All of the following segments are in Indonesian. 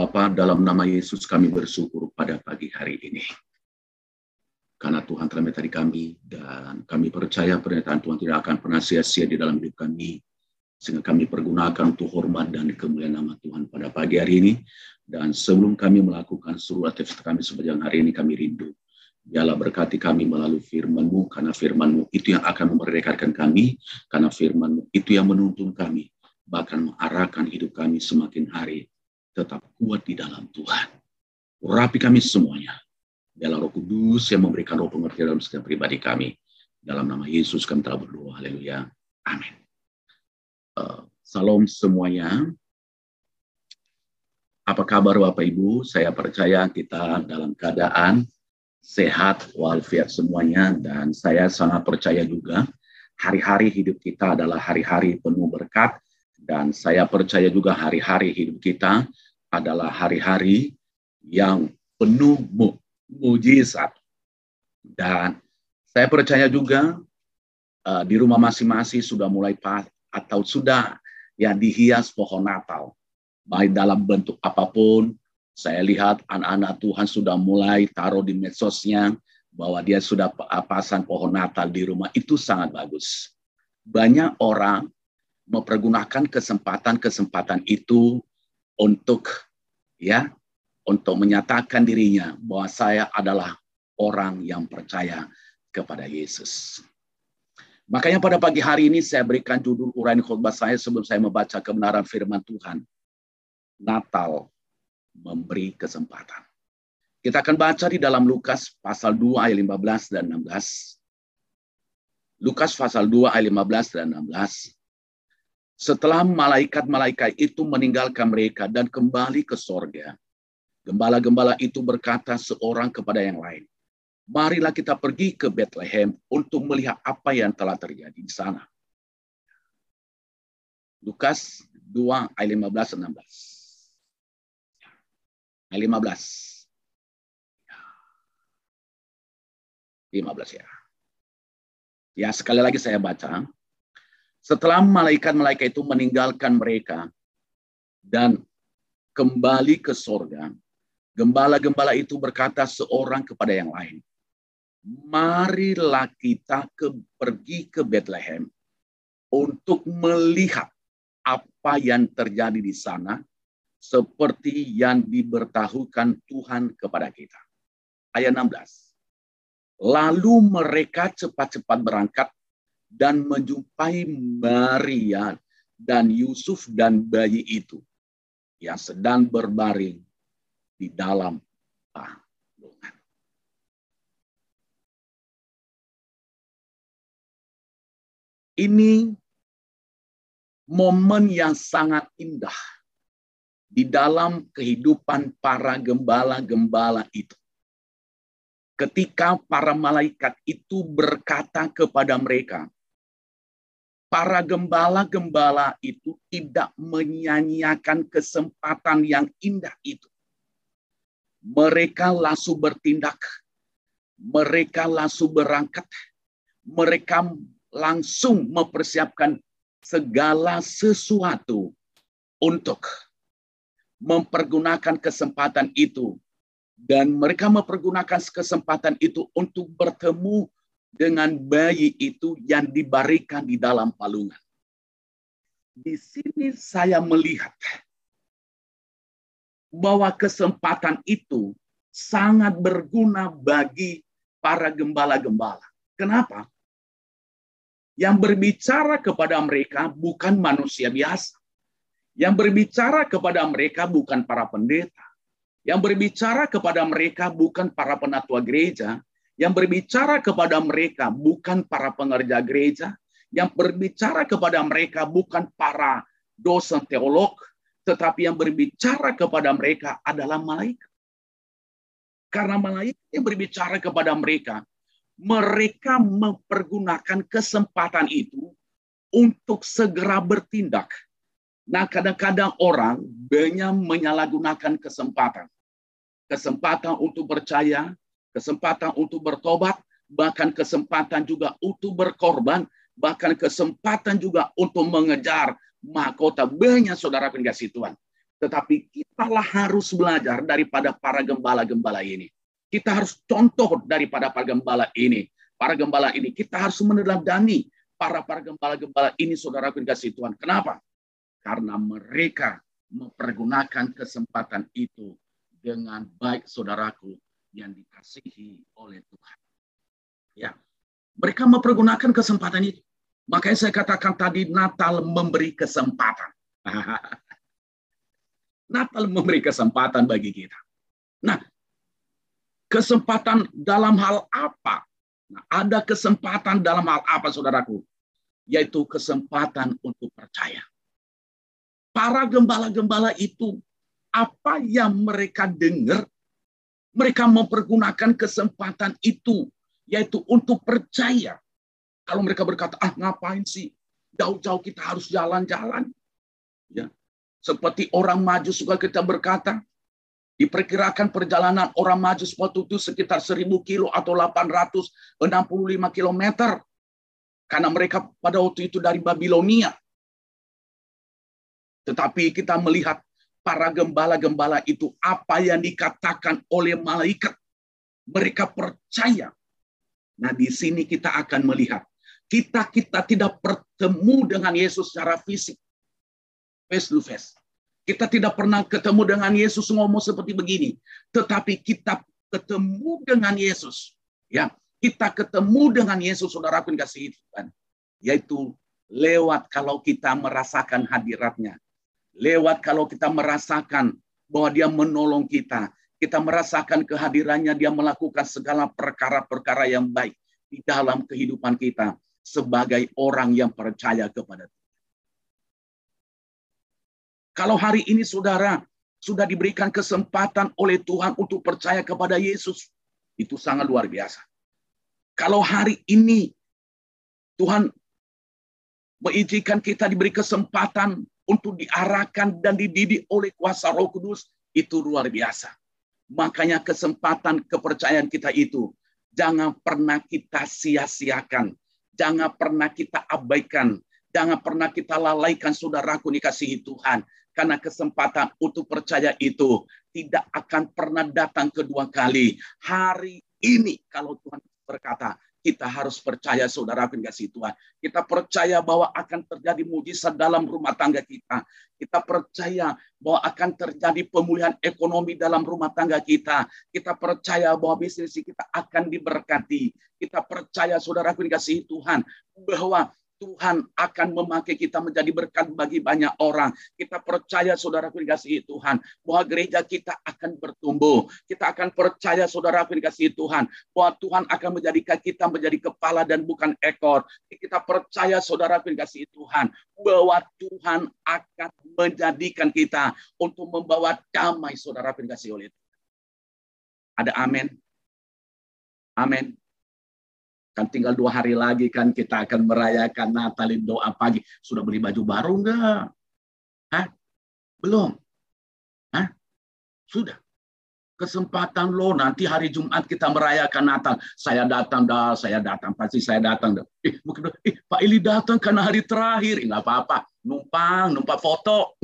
Bapa, dalam nama Yesus kami bersyukur pada pagi hari ini. Karena Tuhan telah menyertai kami, dan kami percaya pernyataan Tuhan tidak akan pernah sia-sia di dalam hidup kami, sehingga kami pergunakan untuk hormat dan kemuliaan nama Tuhan pada pagi hari ini. Dan sebelum kami melakukan seluruh aktivitas kami sepanjang hari ini, kami rindu. Biarlah berkati kami melalui firman-Mu, karena firman-Mu itu yang akan memerdekakan kami, karena firman-Mu itu yang menuntun kami, bahkan mengarahkan hidup kami semakin hari tetap kuat di dalam Tuhan. Urapi kami semuanya. Biarlah Roh Kudus yang memberikan roh pengertian dalam setiap pribadi kami. Dalam nama Yesus kami telah berdoa. Haleluya. Amin. Salam semuanya. Apa kabar Bapak Ibu? Saya percaya kita dalam keadaan sehat walafiat semuanya. Dan saya sangat percaya juga hari-hari hidup kita adalah hari-hari penuh berkat. Dan saya percaya juga hari-hari hidup kita adalah hari-hari yang penuh mujizat. Dan saya percaya juga di rumah masing-masing sudah mulai atau sudah ya dihias pohon Natal. Baik dalam bentuk apapun, saya lihat anak-anak Tuhan sudah mulai taruh di medsosnya bahwa dia sudah pasang pohon Natal di rumah. Itu sangat bagus. Banyak orang mempergunakan kesempatan itu untuk menyatakan dirinya bahwa saya adalah orang yang percaya kepada Yesus. Makanya pada pagi hari ini saya berikan judul uraian khotbah saya sebelum saya membaca kebenaran firman Tuhan. Natal memberi kesempatan. Kita akan baca di dalam Lukas pasal 2 ayat 15 dan 16. Lukas pasal 2 ayat 15 dan 16. Setelah malaikat-malaikat itu meninggalkan mereka dan kembali ke sorga, gembala-gembala itu berkata seorang kepada yang lain, marilah kita pergi ke Bethlehem untuk melihat apa yang telah terjadi di sana. Lukas 2 ayat 15 dan 16. Ayat 15 ya. Ya, sekali lagi saya baca. Setelah malaikat-malaikat itu meninggalkan mereka dan kembali ke sorga, gembala-gembala itu berkata seorang kepada yang lain, marilah kita pergi ke Bethlehem untuk melihat apa yang terjadi di sana, seperti yang diberitahukan Tuhan kepada kita. Ayat 16. Lalu mereka cepat-cepat berangkat dan menjumpai Maria dan Yusuf dan bayi itu yang sedang berbaring di dalam palungan. Ini momen yang sangat indah di dalam kehidupan para gembala-gembala itu. Ketika para malaikat itu berkata kepada mereka, para gembala-gembala itu tidak menyanyiakan kesempatan yang indah itu. Mereka langsung bertindak, mereka langsung berangkat, mereka langsung mempersiapkan segala sesuatu untuk mempergunakan kesempatan itu. Dan mereka mempergunakan kesempatan itu untuk bertemu dengan bayi itu yang dibarikan di dalam palungan. Di sini saya melihat bahwa kesempatan itu sangat berguna bagi para gembala-gembala. Kenapa? Yang berbicara kepada mereka bukan manusia biasa. Yang berbicara kepada mereka bukan para pendeta. Yang berbicara kepada mereka bukan para penatua gereja. Yang berbicara kepada mereka bukan para pengerja gereja. Yang berbicara kepada mereka bukan para dosen teolog. Tetapi yang berbicara kepada mereka adalah malaikat. Karena malaikat yang berbicara kepada mereka, mereka mempergunakan kesempatan itu untuk segera bertindak. Nah, kadang-kadang orang banyak menyalahgunakan kesempatan. Kesempatan untuk percaya, kesempatan untuk bertobat, bahkan kesempatan juga untuk berkorban, bahkan kesempatan juga untuk mengejar mahkota. Banyak saudara pengasih Tuhan. Tetapi kita Kita harus belajar daripada para gembala-gembala ini. Kita harus contoh daripada para gembala ini. Para gembala ini, kita harus meneladani para gembala-gembala ini, saudaraku dikasihi Tuhan. Kenapa? Karena mereka mempergunakan kesempatan itu dengan baik, saudaraku yang dikasihi oleh Tuhan. Ya, mereka mempergunakan kesempatan itu. Makanya saya katakan tadi, Natal memberi kesempatan. Natal memberi kesempatan bagi kita. Nah, kesempatan dalam hal apa? Nah, ada kesempatan dalam hal apa, saudaraku? Yaitu kesempatan untuk percaya. Para gembala-gembala itu, apa yang mereka dengar, mereka mempergunakan kesempatan itu, yaitu untuk percaya. Kalau mereka berkata, ngapain sih? Jauh-jauh kita harus jalan-jalan. Ya. Seperti orang Majus juga kita berkata, diperkirakan perjalanan orang Majus waktu itu sekitar 1000 kilo atau 865 kilometer. Karena mereka pada waktu itu dari Babilonia. Tetapi kita melihat para gembala-gembala itu, apa yang dikatakan oleh malaikat. Mereka percaya. Nah, di sini kita akan melihat. Kita tidak bertemu dengan Yesus secara fisik. Face to face. Kita tidak pernah ketemu dengan Yesus ngomong seperti begini. Tetapi kita ketemu dengan Yesus. Ya, kita ketemu dengan Yesus, saudaraku yang kasih Tuhan. Yaitu lewat kalau kita merasakan hadiratnya. Lewat kalau kita merasakan bahwa dia menolong kita. Kita merasakan kehadirannya, dia melakukan segala perkara-perkara yang baik di dalam kehidupan kita sebagai orang yang percaya kepada Tuhan. Kalau hari ini saudara sudah diberikan kesempatan oleh Tuhan untuk percaya kepada Yesus, itu sangat luar biasa. Kalau hari ini Tuhan mengizinkan kita diberi kesempatan untuk diarahkan dan dididik oleh kuasa Roh Kudus, itu luar biasa. Makanya kesempatan kepercayaan kita itu jangan pernah kita sia-siakan, jangan pernah kita abaikan, jangan pernah kita lalaikan, saudaraku dikasihi Tuhan. Karena kesempatan untuk percaya itu tidak akan pernah datang kedua kali. Hari ini kalau Tuhan berkata, kita harus percaya, saudaraku dikasihi Tuhan. Kita percaya bahwa akan terjadi mujizat dalam rumah tangga kita. Kita percaya bahwa akan terjadi pemulihan ekonomi dalam rumah tangga kita. Kita percaya bahwa bisnis kita akan diberkati. Kita percaya, saudaraku dikasihi Tuhan, bahwa Tuhan akan memakai kita menjadi berkat bagi banyak orang. Kita percaya, saudaraku dikasihi Tuhan, bahwa gereja kita akan bertumbuh. Kita akan percaya, saudaraku dikasihi Tuhan, bahwa Tuhan akan menjadikan kita menjadi kepala dan bukan ekor. Kita percaya, saudaraku dikasihi Tuhan, bahwa Tuhan akan menjadikan kita untuk membawa damai, saudaraku dikasihi oleh Tuhan. Ada amin? Amin. Kan tinggal 2 hari lagi kan kita akan merayakan Natalin doa pagi. Sudah beli baju baru enggak? Hah? Belum? Hah? Sudah. Kesempatan lo nanti hari Jumat kita merayakan Natal. Saya datang dah, pasti saya datang dah. Pak Ili datang karena hari terakhir. Enggak apa-apa, numpang foto.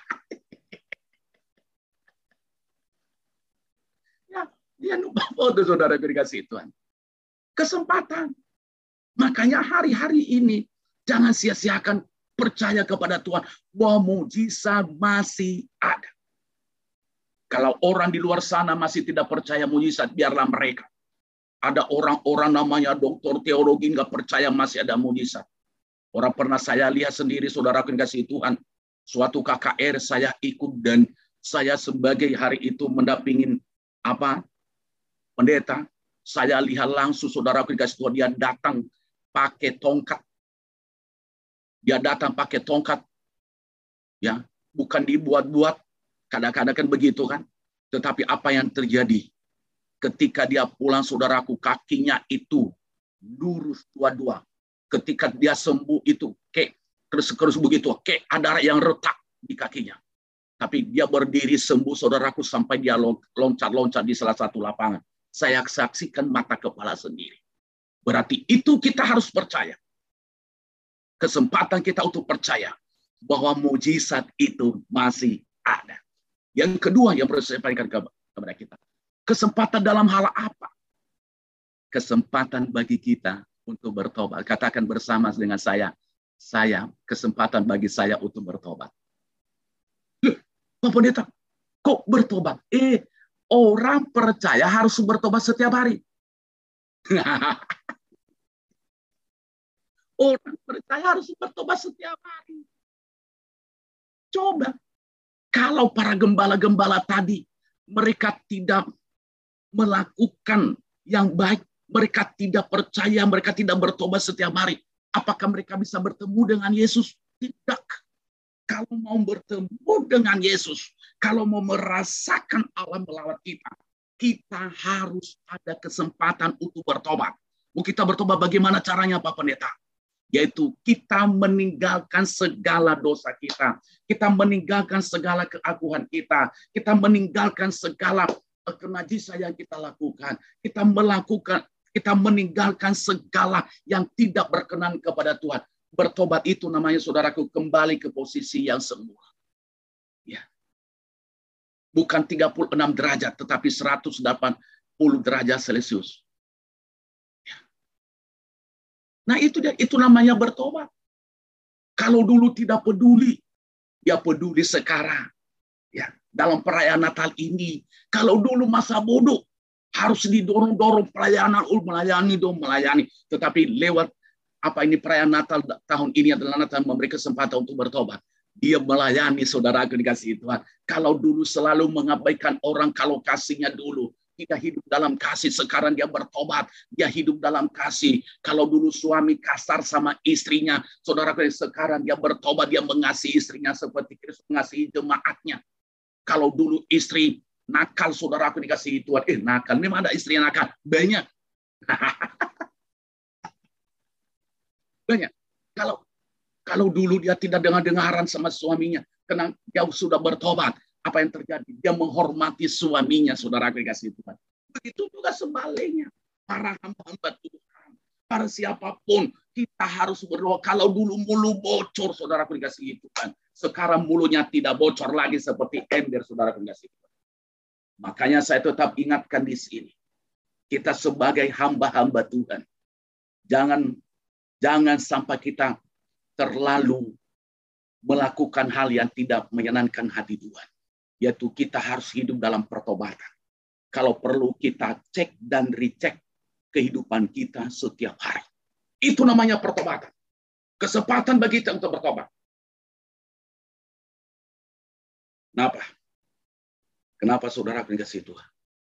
Ya numpang foto, saudara dikasih Tuhan. Kesempatan. Makanya hari-hari ini jangan sia-siakan percaya kepada Tuhan bahwa mujizat masih ada. Kalau orang di luar sana masih tidak percaya mujizat, biarlah mereka. Ada orang-orang namanya doktor teologi nggak percaya masih ada mujizat. Orang pernah saya lihat sendiri, saudaraku yang kasih Tuhan, suatu KKR saya ikut dan saya sebagai hari itu mendampingin pendeta. Saya lihat langsung, saudaraku dikasih Tuhan, dia datang pakai tongkat. Dia datang pakai tongkat. Ya, bukan dibuat-buat. Kadang-kadang kan begitu kan. Tetapi apa yang terjadi? Ketika dia pulang, saudaraku, kakinya itu lurus dua-dua. Ketika dia sembuh itu, kayak kerus begitu. Kayak ada yang retak di kakinya. Tapi dia berdiri sembuh, saudaraku, sampai dia loncat-loncat di salah satu lapangan. Saya saksikan mata kepala sendiri. Berarti itu kita harus percaya. Kesempatan kita untuk percaya bahwa mujizat itu masih ada. Yang kedua yang perlu saya sampaikan kepada kita. Kesempatan dalam hal apa? Kesempatan bagi kita untuk bertobat. Katakan bersama dengan saya, kesempatan bagi saya untuk bertobat. Pak Pendeta, kok bertobat? Orang percaya harus bertobat setiap hari. Orang percaya harus bertobat setiap hari. Coba, kalau para gembala-gembala tadi, mereka tidak melakukan yang baik, mereka tidak percaya, mereka tidak bertobat setiap hari, apakah mereka bisa bertemu dengan Yesus? Tidak. Kalau mau bertemu dengan Yesus, kalau mau merasakan Allah melawat kita, kita harus ada kesempatan untuk bertobat. Mau kita bertobat bagaimana caranya Pak Pendeta? Yaitu kita meninggalkan segala dosa kita. Kita meninggalkan segala keakuan kita. Kita meninggalkan segala kenajisan yang kita lakukan. Kita meninggalkan segala yang tidak berkenan kepada Tuhan. Bertobat itu namanya saudaraku kembali ke posisi yang semula. Ya. Bukan 36 derajat tetapi 180 derajat Celcius. Nah itu namanya bertobat. Kalau dulu tidak peduli, ya peduli sekarang. Ya, dalam perayaan Natal ini, kalau dulu masa bodoh harus didorong-dorong melayani. Tetapi lewat perayaan Natal tahun ini adalah Natal memberi kesempatan untuk bertobat. Dia melayani saudara dikasih Tuhan. Kalau dulu selalu mengabaikan orang, kalau kasihnya dulu. Tidak hidup dalam kasih, sekarang dia bertobat, dia hidup dalam kasih. Kalau dulu suami kasar sama istrinya, saudara, sekarang dia bertobat, dia mengasihi istrinya seperti Kristus mengasihi jemaatnya. Kalau dulu istri nakal, saudara aku dikasihi Tuhan, nakal, memang ada istri yang nakal, banyak. Banyak. Kalau dulu dia tidak dengar-dengaran sama suaminya, karena dia sudah bertobat. Apa yang terjadi? Dia menghormati suaminya, saudara dikasih Tuhan. Begitu juga sebaliknya. Para hamba-hamba Tuhan, para siapapun, kita harus berdoa. Kalau dulu mulu bocor, saudara dikasih Tuhan. Sekarang mulunya tidak bocor lagi seperti ember, saudara dikasih Tuhan. Makanya saya tetap ingatkan di sini. Kita sebagai hamba-hamba Tuhan, jangan sampai kita terlalu melakukan hal yang tidak menyenangkan hati Tuhan. Yaitu kita harus hidup dalam pertobatan. Kalau perlu kita cek dan recheck kehidupan kita setiap hari. Itu namanya pertobatan. Kesempatan bagi kita untuk bertobat. Kenapa saudara dikasih Tuhan?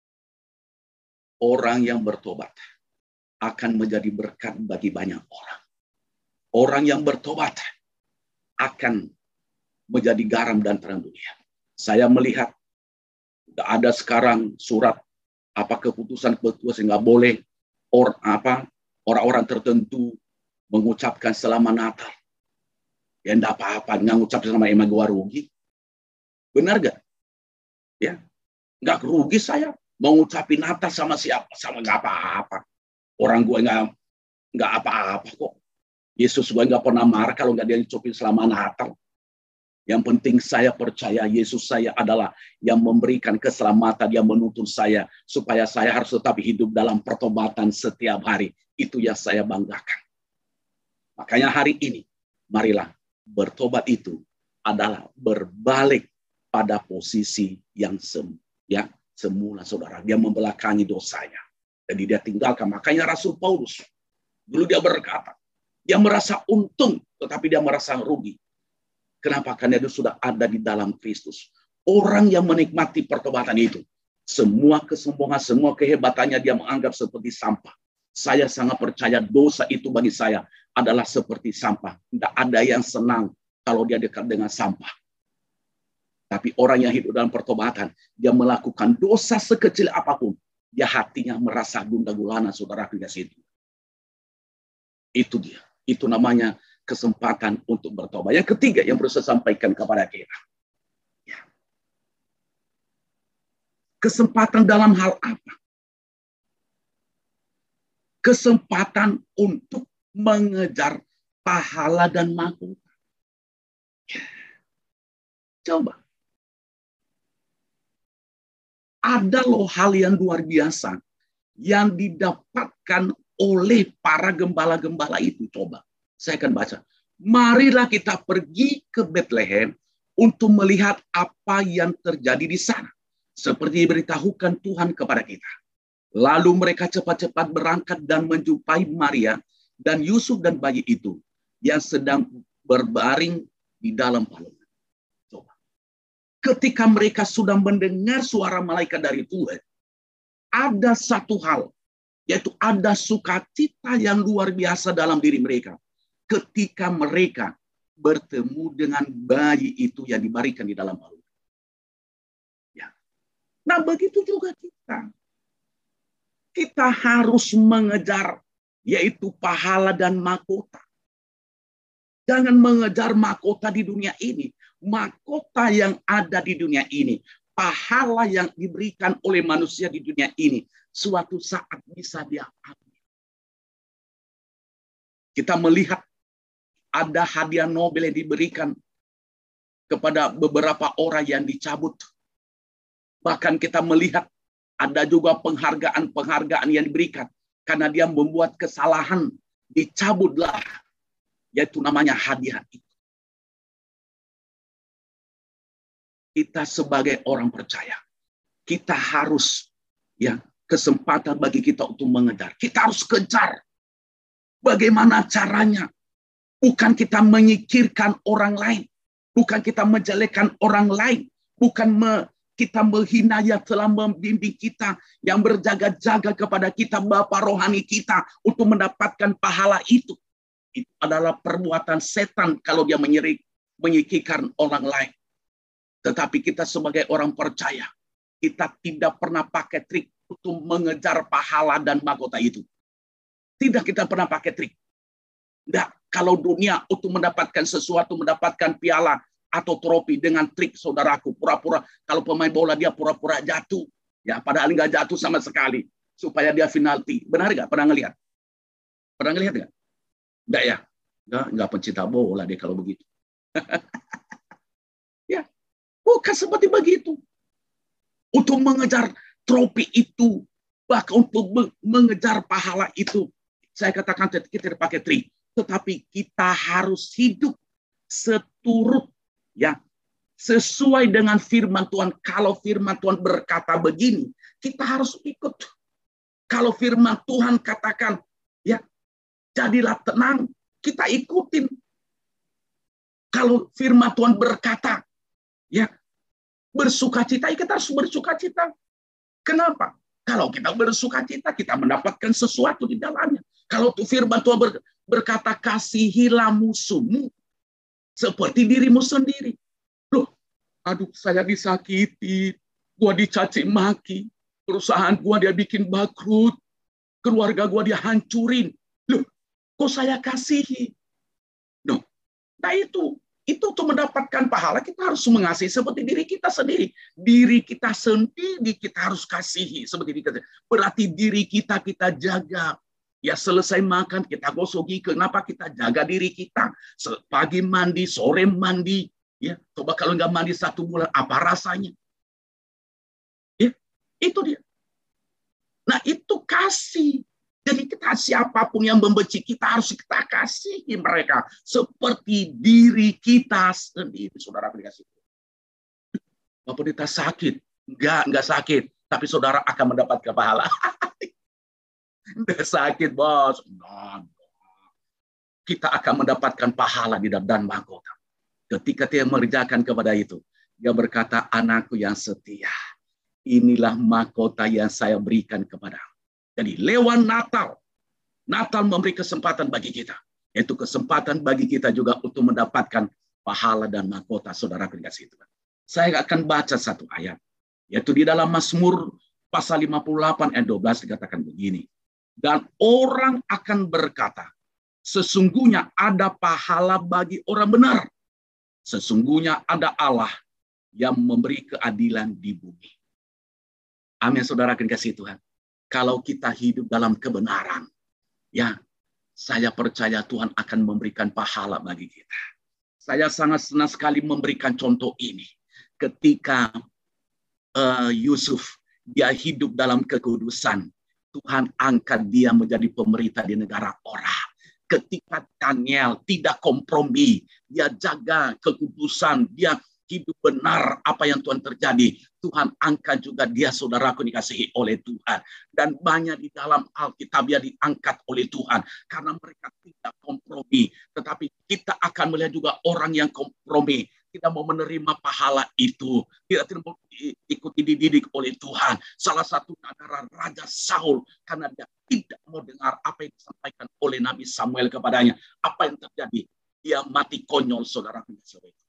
Orang yang bertobat akan menjadi berkat bagi banyak orang. Orang yang bertobat akan menjadi garam dan terang dunia. Saya melihat ada sekarang surat keputusan sehingga boleh orang-orang tertentu mengucapkan selamat Natal. Ya enggak apa-apa, nggak ngucap selamat emang gua rugi. Benar gak? Ya, nggak rugi saya mau ngucapin Natal sama siapa, sama nggak apa-apa. Orang gue nggak apa-apa kok. Yesus gue nggak pernah marah kalau nggak dia ngucapin selamat Natal. Yang penting saya percaya Yesus saya adalah yang memberikan keselamatan, yang menuntun saya supaya saya harus tetap hidup dalam pertobatan setiap hari. Itu yang saya banggakan. Makanya hari ini, marilah bertobat itu adalah berbalik pada posisi yang semula, saudara. Dia membelakangi dosanya. Jadi dia tinggalkan. Makanya Rasul Paulus, dulu dia berkata, dia merasa untung, tetapi dia merasa rugi. Kenapa? Karena dia sudah ada di dalam Kristus. Orang yang menikmati pertobatan itu, semua kesombongan, semua kehebatannya dia menganggap seperti sampah. Saya sangat percaya dosa itu bagi saya adalah seperti sampah. Tidak ada yang senang kalau dia dekat dengan sampah. Tapi orang yang hidup dalam pertobatan, dia melakukan dosa sekecil apapun, dia hatinya merasa gundah gulana, saudara dikasih itu. Itu dia. Itu namanya kesempatan untuk bertobat. Yang ketiga yang perlu saya sampaikan kepada kita. Ya. Kesempatan dalam hal apa? Kesempatan untuk mengejar pahala dan mahkota. Coba. Ada loh hal yang luar biasa yang didapatkan oleh para gembala-gembala itu. Coba, saya akan baca. Marilah kita pergi ke Bethlehem untuk melihat apa yang terjadi di sana. Seperti diberitahukan Tuhan kepada kita. Lalu mereka cepat-cepat berangkat dan menjumpai Maria dan Yusuf dan bayi itu yang sedang berbaring di dalam palungan. Coba. Ketika mereka sudah mendengar suara malaikat dari Tuhan, ada satu hal, yaitu ada sukacita yang luar biasa dalam diri mereka ketika mereka bertemu dengan bayi itu yang dibarikan di dalam palungan. Ya. Nah, begitu juga kita. Kita harus mengejar, yaitu pahala dan mahkota. Jangan mengejar mahkota di dunia ini. Mahkota yang ada di dunia ini, pahala yang diberikan oleh manusia di dunia ini, suatu saat bisa dia ambil. Kita melihat ada hadiah Nobel yang diberikan kepada beberapa orang yang dicabut. Bahkan kita melihat ada juga penghargaan-penghargaan yang diberikan karena dia membuat kesalahan, dicabutlah, yaitu namanya hadiah itu. Kita sebagai orang percaya, kita harus kesempatan bagi kita untuk mengejar. Kita harus kejar. Bagaimana caranya? Bukan kita menyingkirkan orang lain, bukan kita menjelekkan orang lain, bukan kita menghina yang telah membimbing kita, yang berjaga-jaga kepada kita, Bapa rohani kita, untuk mendapatkan pahala itu. Itu adalah perbuatan setan kalau dia menyingkirkan orang lain. Tetapi kita sebagai orang percaya, kita tidak pernah pakai trik untuk mengejar pahala dan mahkota itu. Tidak kita pernah pakai trik. Tidak, kalau dunia untuk mendapatkan sesuatu, mendapatkan piala, atau trofi dengan trik, saudaraku, pura-pura kalau pemain bola dia pura-pura jatuh, ya padahal nggak jatuh sama sekali supaya dia penalti. Benar nggak? Pernah ngelihat? Pernah ngelihat nggak? Nggak ya? Nggak pencinta bola deh kalau begitu. Ya, bukan seperti begitu. Untuk mengejar trofi itu, bahkan untuk mengejar pahala itu, saya katakan kita tidak pakai trik, tetapi kita harus hidup seturut, ya, sesuai dengan firman Tuhan. Kalau firman Tuhan berkata begini, kita harus ikut. Kalau firman Tuhan katakan, ya, jadilah tenang, kita ikutin. Kalau firman Tuhan berkata, ya, bersukacita, kita harus bersukacita. Kenapa? Kalau kita bersukacita, kita mendapatkan sesuatu di dalamnya. Kalau firman Tuhan berkata, kasihilah musuhmu seperti dirimu sendiri. Loh, aduh, saya disakiti, gua dicaci maki, perusahaan gua dia bikin bangkrut, keluarga gua dia hancurin. Loh, kok saya kasihi? Loh, nah itu untuk mendapatkan pahala kita harus mengasihi seperti diri kita sendiri. Diri kita sendiri kita harus kasihi seperti diri kita. Berarti diri kita jaga. Ya, selesai makan kita gosok gigi. Kenapa kita jaga diri kita? Pagi mandi, sore mandi. Ya, coba kalau nggak mandi 1 bulan, apa rasanya? Ya, itu dia. Nah, itu kasih. Jadi kita siapapun yang membenci kita harus kita kasihi mereka seperti diri kita sendiri. Saudara dikasih. Bapak kita sakit, enggak sakit, tapi saudara akan mendapat pahala. Enggak sakit, bos. Kita akan mendapatkan pahala di dan mahkota. Ketika dia mengerjakan kepada itu, dia berkata, anakku yang setia, inilah mahkota yang saya berikan kepadamu. Jadi lewat Natal memberi kesempatan bagi kita, yaitu kesempatan bagi kita juga untuk mendapatkan pahala dan mahkota, saudara dikasih Tuhan. Saya akan baca satu ayat, yaitu di dalam Mazmur pasal 58 ayat 12 dikatakan begini. Dan orang akan berkata, sesungguhnya ada pahala bagi orang benar. Sesungguhnya ada Allah yang memberi keadilan di bumi. Amin, saudara akan kasih Tuhan. Kalau kita hidup dalam kebenaran, ya, saya percaya Tuhan akan memberikan pahala bagi kita. Saya sangat senang sekali memberikan contoh ini. Ketika Yusuf dia hidup dalam kekudusan, Tuhan angkat dia menjadi pemerintah di negara orang. Ketika Daniel tidak kompromi, dia jaga kekudusan, dia hidup benar apa yang Tuhan terjadi, Tuhan angkat juga dia, saudaraku dikasihi oleh Tuhan. Dan banyak di dalam Alkitab dia diangkat oleh Tuhan karena mereka tidak kompromi. Tetapi kita akan melihat juga orang yang kompromi, tidak mau menerima pahala itu, tidak mau ikuti dididik oleh Tuhan. Salah satu adalah Raja Saul, karena dia tidak mau dengar apa yang disampaikan oleh Nabi Samuel kepadanya. Apa yang terjadi? Dia mati konyol, saudaraku.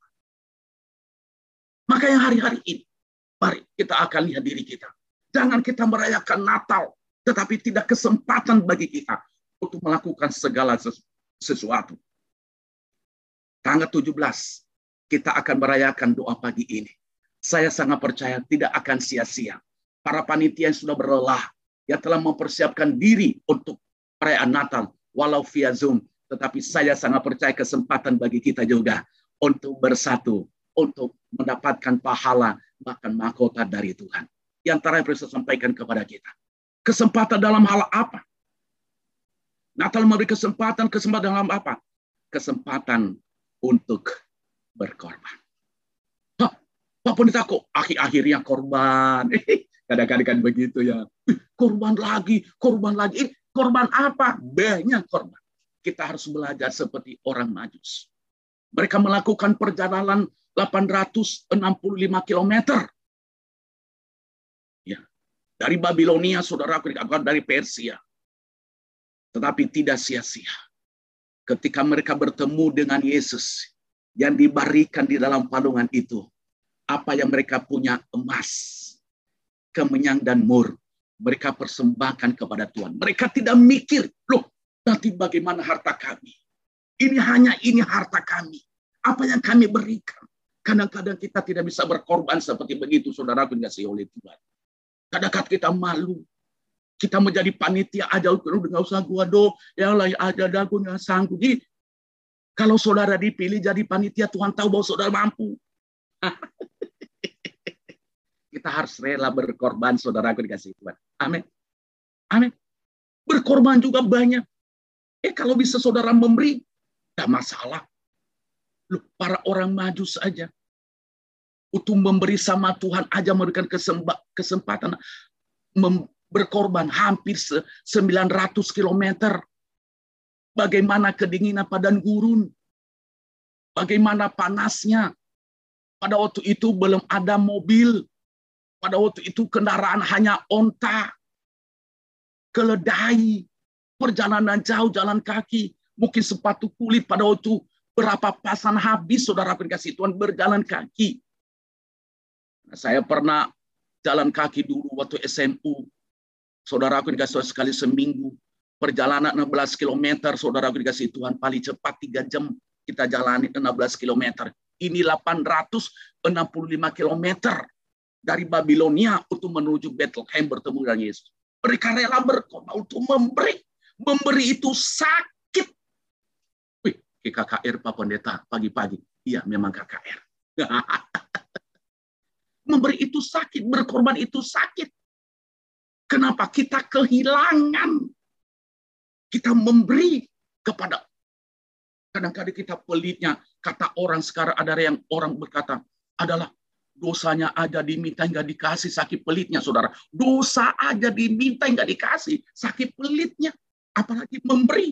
Makanya hari-hari ini, mari kita akan lihat diri kita. Jangan kita merayakan Natal, tetapi tidak kesempatan bagi kita untuk melakukan segala sesuatu. Tanggal 17, kita akan merayakan doa pagi ini. Saya sangat percaya tidak akan sia-sia. Para panitia yang sudah berlelah, yang telah mempersiapkan diri untuk perayaan Natal, walau via Zoom, tetapi saya sangat percaya kesempatan bagi kita juga untuk bersatu, untuk mendapatkan pahala, bahkan mahkota dari Tuhan. Yang terakhir saya sampaikan kepada kita. Kesempatan dalam hal apa? Natal memberi kesempatan dalam apa? Kesempatan untuk berkorban. Pak Pendeta kok akhir-akhirnya korban? Kadang-kadang kan begitu ya. Korban lagi. Korban apa? Banyak korban. Kita harus belajar seperti orang Majus. Mereka melakukan perjalanan 865 km. Ya. Dari Babilonia, saudaraku, dari Persia. Tetapi tidak sia-sia. Ketika mereka bertemu dengan Yesus yang dibarikan di dalam palungan itu, apa yang mereka punya, emas, kemenyan dan mur, mereka persembahkan kepada Tuhan. Mereka tidak mikir, loh, nanti bagaimana harta kami? Ini harta kami. Apa yang kami berikan? Kadang-kadang kita tidak bisa berkorban seperti begitu, saudaraku dikasihi oleh Tuhan. Kadang-kadang kita malu. Kita menjadi panitia aja, nggak usah gua do, yang lain aja dah, gua nggak sanggup. Jadi, kalau saudara dipilih jadi panitia, Tuhan tahu bahwa saudara mampu. Kita harus rela berkorban, saudaraku dikasihi Tuhan. Amin. Amin. Berkorban juga banyak. Kalau bisa saudara memberi, tidak masalah. Loh, para orang Majus saja untuk memberi sama Tuhan aja memberikan kesempatan berkorban hampir 900 km. Bagaimana kedinginan padang gurun, bagaimana panasnya. Pada waktu itu belum ada mobil, pada waktu itu kendaraan hanya onta, keledai, perjalanan jauh jalan kaki, mungkin sepatu kulit pada waktu berapa pasang habis, saudara dikasihi Tuhan, berjalan kaki. Saya pernah jalan kaki dulu waktu SMU. Saudaraku dikasihi Tuhan, sekali seminggu. Perjalanan 16 km, saudaraku dikasihi Tuhan, paling cepat 3 jam kita jalani 16 km. Ini 865 km dari Babilonia untuk menuju Bethlehem bertemu dengan Yesus. Mereka rela berkorban untuk memberi. Memberi itu sakit. KKR Pak Pendeta pagi-pagi. Iya, memang KKR. Memberi itu sakit, berkorban itu sakit. Kenapa? Kita kehilangan. Kita memberi kepada. Kadang-kadang kita pelitnya. Kata orang sekarang, ada yang orang berkata, adalah dosanya aja diminta nggak dikasih, sakit pelitnya, saudara. Dosa aja diminta nggak dikasih, sakit pelitnya. Apalagi memberi.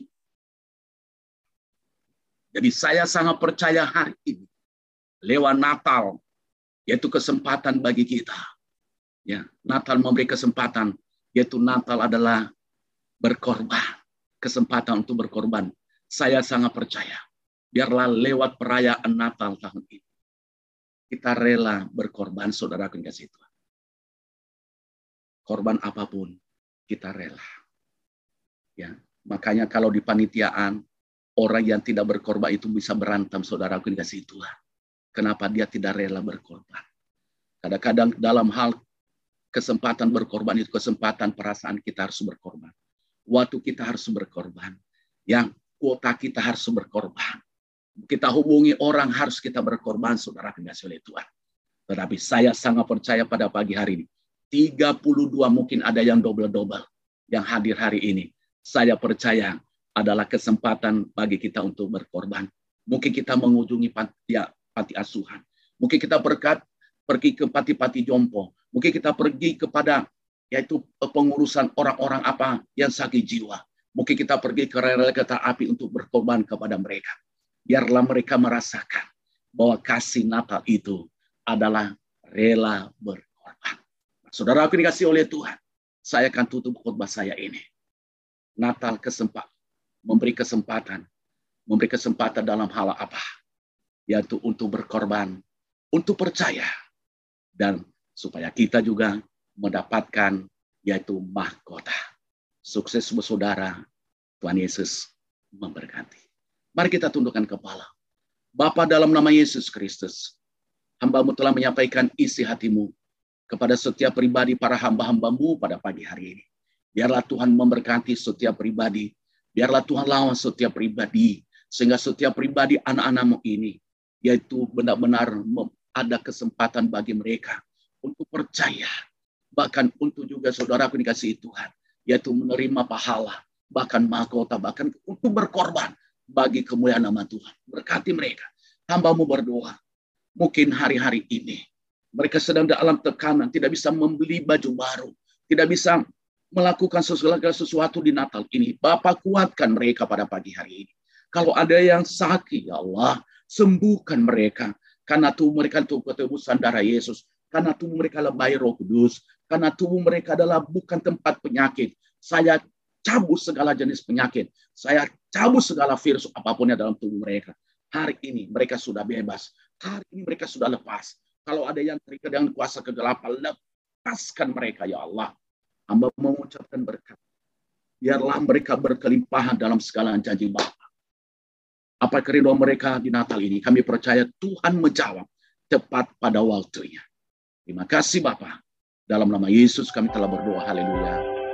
Jadi saya sangat percaya hari ini lewat Natal, yaitu kesempatan bagi kita. Ya, Natal memberi kesempatan, yaitu Natal adalah berkorban, kesempatan untuk berkorban. Saya sangat percaya, biarlah lewat perayaan Natal tahun ini kita rela berkorban, saudaraku yang kasih Tuhan. Korban apapun kita rela. Ya, makanya kalau di panitiaan orang yang tidak berkorban itu bisa berantem, saudaraku yang kasih Tuhan. Kenapa dia tidak rela berkorban? Kadang-kadang dalam hal kesempatan berkorban itu kesempatan perasaan kita harus berkorban. Waktu kita harus berkorban. Yang kuota kita harus berkorban. Kita hubungi orang harus kita berkorban, saudara yang kasih oleh Tuhan. Tetapi saya sangat percaya pada pagi hari ini. 32 mungkin ada yang double-double yang hadir hari ini. Saya percaya adalah kesempatan bagi kita untuk berkorban. Mungkin kita mengunjungi panti asuhan. Mungkin kita pergi ke panti jompo. Mungkin kita pergi kepada yaitu pengurusan orang-orang apa yang sakit jiwa. Mungkin kita pergi ke rel kereta api untuk berkorban kepada mereka. Biarlah mereka merasakan bahwa kasih Natal itu adalah rela berkorban. Saudara aku dikasih oleh Tuhan, saya akan tutup khotbah saya ini. Natal memberi kesempatan dalam hal apa? Yaitu untuk berkorban, untuk percaya, dan supaya kita juga mendapatkan yaitu mahkota. Sukses saudara, Tuhan Yesus memberkati. Mari kita tundukkan kepala. Bapa, dalam nama Yesus Kristus, hamba-Mu telah menyampaikan isi hatimu kepada setiap pribadi para hamba-hamba-Mu pada pagi hari ini. Biarlah Tuhan memberkati setiap pribadi. Biarlah Tuhan lawan setiap pribadi. Sehingga setiap pribadi anak-anak-Mu ini, yaitu benar-benar ada kesempatan bagi mereka untuk percaya. Bahkan untuk juga saudaraku dikasihi Tuhan, yaitu menerima pahala, bahkan mahkota, bahkan untuk berkorban bagi kemuliaan nama Tuhan. Berkati mereka. Hamba-Mu berdoa. Mungkin hari-hari ini mereka sedang dalam tekanan, tidak bisa membeli baju baru, tidak bisa melakukan segala sesuatu di Natal ini. Bapa, kuatkan mereka pada pagi hari ini. Kalau ada yang sakit, ya Allah, sembuhkan mereka. Karena tubuh mereka itu ketebusan darah Yesus. Karena tubuh mereka lebay Roh Kudus. Karena tubuh mereka adalah bukan tempat penyakit. Saya cabut segala jenis penyakit. Saya cabut segala virus apapun yang dalam tubuh mereka. Hari ini mereka sudah bebas. Hari ini mereka sudah lepas. Kalau ada yang terikat dengan kuasa kegelapan, lepaskan mereka, ya Allah. Hamba mengucapkan berkat. Biarlah mereka berkelimpahan dalam segala janji Bapa. Apa kerinduan mereka di Natal ini? Kami percaya Tuhan menjawab tepat pada waktunya. Terima kasih Bapa. Dalam nama Yesus kami telah berdoa. Haleluya.